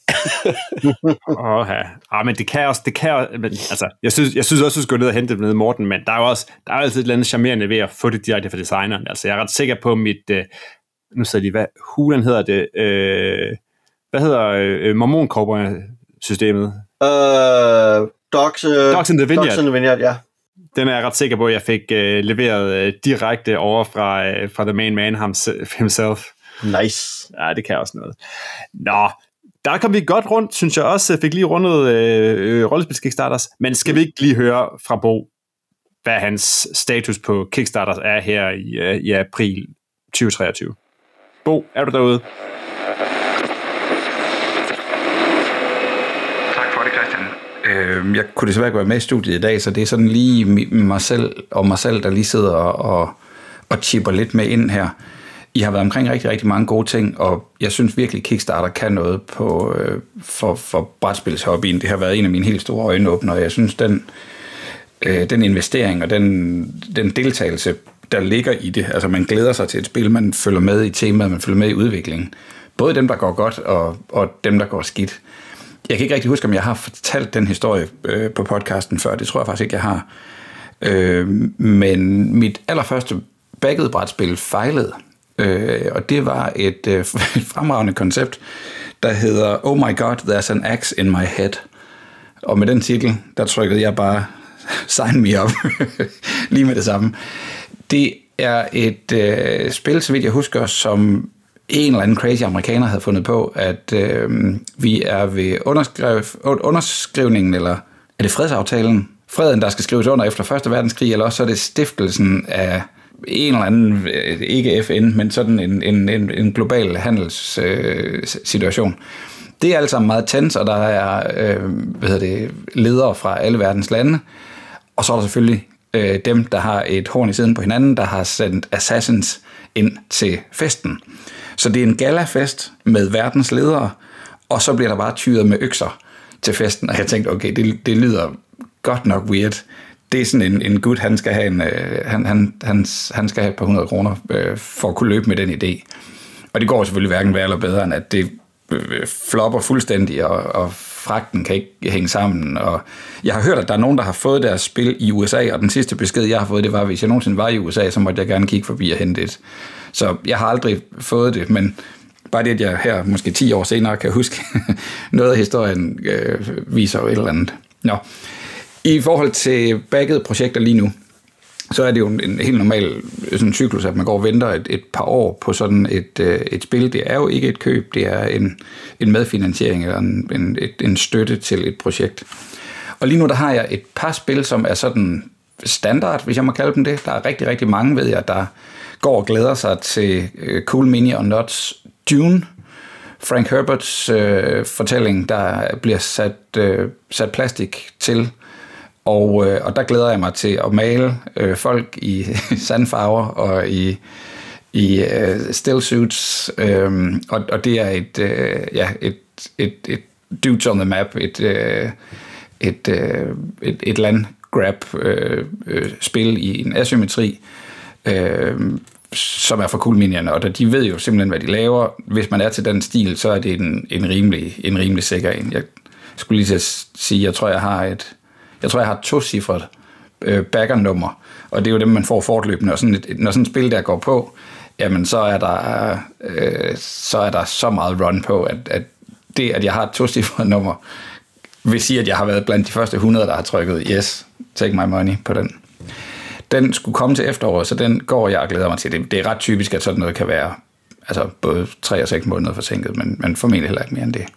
Åh, ja. Ah, men det kan også, det kan også, men, altså, jeg synes, jeg synes også, at du skal gå ned og hente det med Morten, men der er jo også, der er jo altid et eller andet charmerende ved at få det direkte fra designeren. Altså, jeg er ret sikker på mit, øh, nu sidder de, hvad hulen hedder det, øh, hvad hedder øh, Mormon-Cowboy-systemet? Uh, Dogs, uh, Dogs in the Vineyard. Dogs in the Vineyard, ja. Den er jeg ret sikker på, at jeg fik øh, leveret øh, direkte over fra, øh, fra The Main Man himself. Nice. Ja, det kan også noget. Nå, der kom vi godt rundt, synes jeg også. Jeg fik lige rundet øh, rollespils Kickstarters. Men skal vi ikke lige høre fra Bo, hvad hans status på Kickstarters er her i, øh, i april tyve treogtyve? Bo, er du derude? Øh, jeg kunne desværre ikke være med i studiet i dag, så det er sådan lige mig selv og mig selv, der lige sidder og, og, og chipper lidt med ind her. I har været omkring rigtig, rigtig mange gode ting, og jeg synes virkelig, Kickstarter kan noget på, øh, for, for brætspilshobbyen. Det har været en af mine helt store øjenåbner, og jeg synes, den, øh, den investering og den, den deltagelse, der ligger i det, altså man glæder sig til et spil, man følger med i temaet, man følger med i udviklingen. Både dem, der går godt, og, og dem, der går skidt. Jeg kan ikke rigtig huske, om jeg har fortalt den historie øh, på podcasten før. Det tror jeg faktisk ikke, jeg har. Øh, men mit allerførste backed brætspil fejlede. Øh, og det var et, øh, et fremragende koncept, der hedder Oh my God, there's an axe in my head. Og med den titel, der trykkede jeg bare sign me up lige med det samme. Det er et øh, spil, så vidt jeg husker, som en eller anden crazy amerikaner havde fundet på, at øh, vi er ved underskriv, underskrivningen, eller er det fredsaftalen? Freden, der skal skrives under efter første verdenskrig, eller også er det stiftelsen af en eller anden, ikke F N, men sådan en, en, en, en global handelssituation. Øh, det er alt sammen meget tens, og der er øh, hvad hedder det, ledere fra alle verdens lande, og så er der selvfølgelig øh, dem, der har et horn i siden på hinanden, der har sendt assassins ind til festen. Så det er en galafest med verdens ledere, og så bliver der bare tyret med økser til festen, og jeg tænkte, okay, det, det lyder godt nok weird. Det er sådan en, en gut, han skal have en, øh, han, han, han, han skal have et par hundrede kroner øh, for at kunne løbe med den idé. Og det går selvfølgelig hverken værre eller bedre, end at det øh, flopper fuldstændig, og, og fragten kan ikke hænge sammen. Og jeg har hørt, at der er nogen, der har fået deres spil i U S A, og den sidste besked, jeg har fået, det var, at hvis jeg nogensinde var i U S A, så måtte jeg gerne kigge forbi og hente det. Så jeg har aldrig fået det, men bare det, at jeg her måske ti år senere kan huske noget af historien, øh, viser jo et eller andet. Nå. I forhold til backede projekter lige nu, så er det jo en helt normal sådan cyklus, at man går og venter et, et par år på sådan et, et spil. Det er jo ikke et køb, det er en, en medfinansiering eller en, en, et, en støtte til et projekt. Og lige nu der har jeg et par spil, som er sådan standard, hvis jeg må kalde dem det. Der er rigtig, rigtig mange, ved jeg, der går og glæder sig til Cool Mini og Nuts Dune. Frank Herberts øh, fortælling, der bliver sat, øh, sat plastik til. Og, øh, og der glæder jeg mig til at male øh, folk i sandfarver og i, i øh, stillsuits. Øh, og, og det er et, øh, ja, et, et, et dudes on the map, et, øh, et, øh, et, et landgrab øh, øh, spil i en asymmetri, øh, som er for Cool Mini'erne, og de ved jo simpelthen, hvad de laver. Hvis man er til den stil, så er det en, en, rimelig, en rimelig sikker en. Jeg skulle lige til at sige, jeg tror, jeg har et Jeg tror, jeg har to cifret øh, backernummer, og det er jo dem, man får fortløbende. Og sådan et, når sådan et spil der går på, jamen så er der, øh, så, er der så meget run på, at, at det, at jeg har et to cifret nummer, vil sige, at jeg har været blandt de første hundrede, der har trykket yes, take my money på den. Den skulle komme til efteråret, så den går jeg og glæder mig til. Det, det er ret typisk, at sådan noget kan være altså både tre og seks måneder forsinket, men, men formentlig heller ikke mere end det.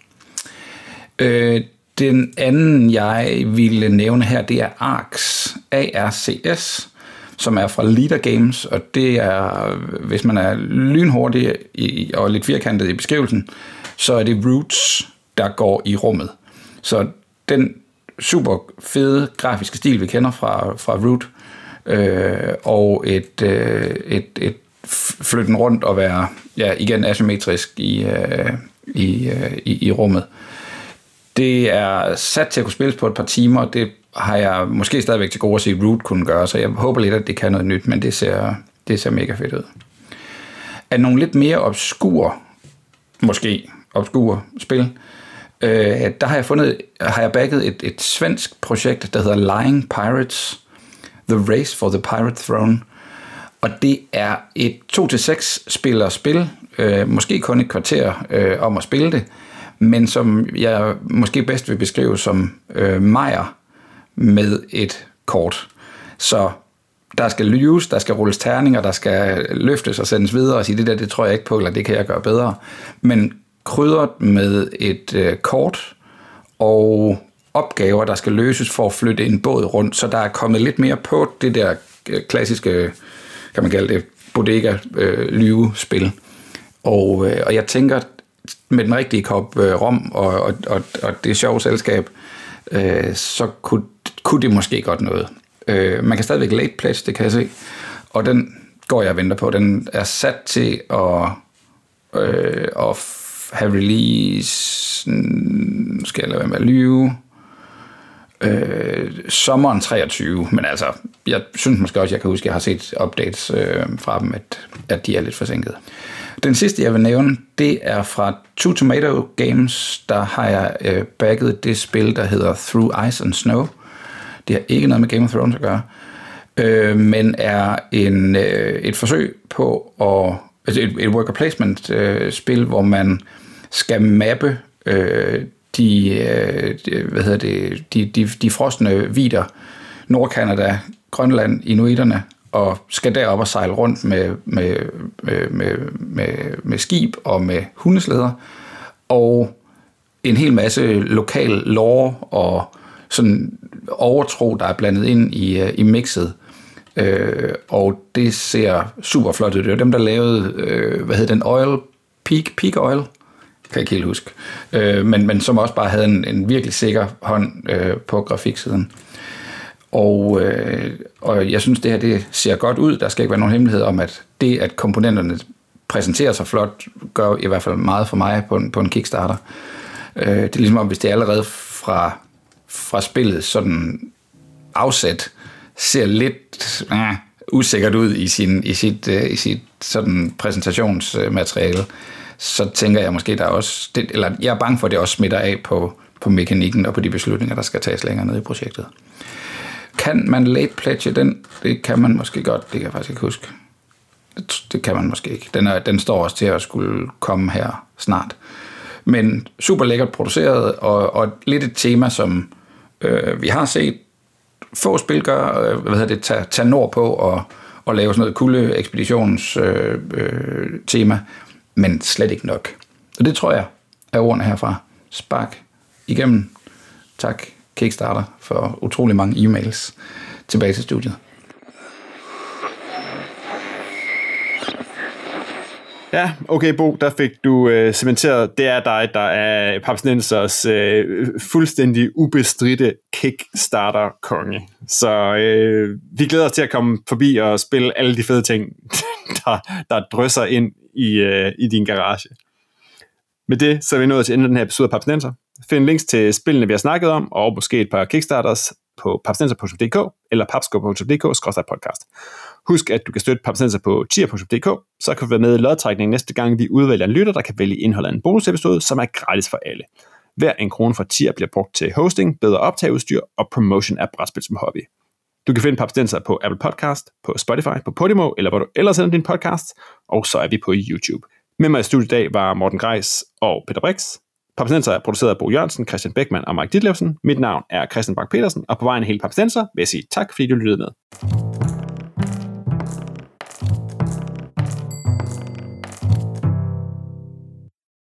Øh, Den anden, jeg ville nævne her, det er Arcs, A R C S, som er fra Leader Games, og det er, hvis man er lynhurtig i, og lidt firkantet i beskrivelsen, så er det Roots, der går i rummet. Så den super fede grafiske stil, vi kender fra, fra Root, øh, og et, øh, et, et flytten rundt og være ja, igen asymmetrisk i, øh, i, øh, i, i rummet. Det er sat til at kunne spilles på et par timer. Det har jeg måske stadigvæk til gode at se Root kunne gøre, så jeg håber lidt, at det kan noget nyt, men det ser, det ser mega fedt ud. Af nogle lidt mere obskure, måske obskure spil, øh, der har jeg fundet, har jeg backet et, et svensk projekt, der hedder Lying Pirates, The Race for the Pirate Throne. Og det er et to til seks spiller spil, øh, måske kun et kvarter øh, om at spille det, men som jeg måske bedst vil beskrive som øh, Meyer med et kort. Så der skal lyves, der skal rulles terninger, der skal løftes og sendes videre og sige, det der, det tror jeg ikke på, eller det kan jeg gøre bedre. Men krydret med et øh, kort og opgaver, der skal løses for at flytte en båd rundt, så der er kommet lidt mere på det der øh, klassiske, kan man kalde det, bodega-lyvespil. Og, øh, og jeg tænker, med den rigtige kop øh, rom og, og, og, og det sjove selskab, øh, så kunne, kunne det måske godt noget. Øh, man kan stadigvæk late pledge, det kan jeg se, og den går jeg og venter på. Den er sat til at, øh, at have release, nu skal jeg lade være med at lyve, øh, sommeren treogtyve, men altså, jeg synes måske også, jeg kan huske, at jeg har set updates øh, fra dem, at, at de er lidt forsinket. Den sidste, jeg vil nævne, det er fra Two Tomato Games. Der har jeg øh, bagget det spil, der hedder Through Ice and Snow. Det har ikke noget med Game of Thrones at gøre, øh, men er en, øh, et forsøg på at, altså et, et worker placement øh, spil, hvor man skal mappe øh, de, øh, de, hvad hedder det, de, de, de frosne vidder, Nordkanada, Grønland, inuiterne, og skal derop og sejle rundt med, med, med, med, med, med skib og med hundeslæder, og en hel masse lokal lore og sådan overtro, der er blandet ind i, i mixet. Øh, og det ser super flot ud. Det var dem, der lavede, øh, hvad hed den, Oil, Peak, Peak Oil, kan jeg ikke helt huske, øh, men, men som også bare havde en, en virkelig sikker hånd øh, på grafiksiden. Og, øh, og jeg synes, det her det ser godt ud. Der skal ikke være nogen hemmelighed om, at det, at komponenterne præsenterer sig flot, gør i hvert fald meget for mig på en, på en Kickstarter. Øh, det er ligesom om, hvis det allerede fra, fra spillet sådan afsæt ser lidt øh, usikkert ud i, sin, i sit, øh, i sit sådan præsentationsmateriale, så tænker jeg måske, der er også, det, eller jeg er bange for, at det også smitter af på, på mekanikken og på de beslutninger, der skal tages længere ned i projektet. Kan man late pledge den? Det kan man måske godt, det kan jeg faktisk ikke huske. Det, det kan man måske ikke. Den, er, den står også til at skulle komme her snart. Men super lækkert produceret, og, og lidt et tema, som øh, vi har set få spil gør, øh, hvad hedder det, tage, tage nord på og, og lave sådan noget kulde ekspeditions øh, øh, tema, men slet ikke nok. Og det tror jeg er ordene herfra. Spark igennem. Tak Kickstarter for utrolig mange e-mails tilbage til studiet. Ja, okay Bo, der fik du øh, cementeret, det er dig, der er Papsnensers øh, fuldstændig ubestridte Kickstarter-konge. Så øh, vi glæder os til at komme forbi og spille alle de fede ting, der, der drysser ind i, øh, i din garage. Med det, så er vi nået til enden af den her episode af Papsnenser. Find links til spillene, vi har snakket om, og måske et par Kickstarters på papsnenser punktum d k eller papsko punktum d k skråstreg podcast. Husk, at du kan støtte Papsnenser på tier punktum d k, så kan du være med i lodtrækningen næste gang, vi udvælger en lytter, der kan vælge indholdet af en bonusepisode, som er gratis for alle. Hver en krone fra tier bliver brugt til hosting, bedre optageudstyr og promotion af brætspil som hobby. Du kan finde Papsnenser på Apple Podcast, på Spotify, på Podimo, eller hvor du ellers sender din podcast, og så er vi på YouTube. Med mig i studiet i dag var Morten Greis og Peter Brix. Papsnenser er produceret af Bo Jørgensen, Christian Beckmann og Mike Ditlevsen. Mit navn er Christian Bak-Petersen, og på vejen af hele Papsnenser vil jeg sige tak, fordi du lyttede med.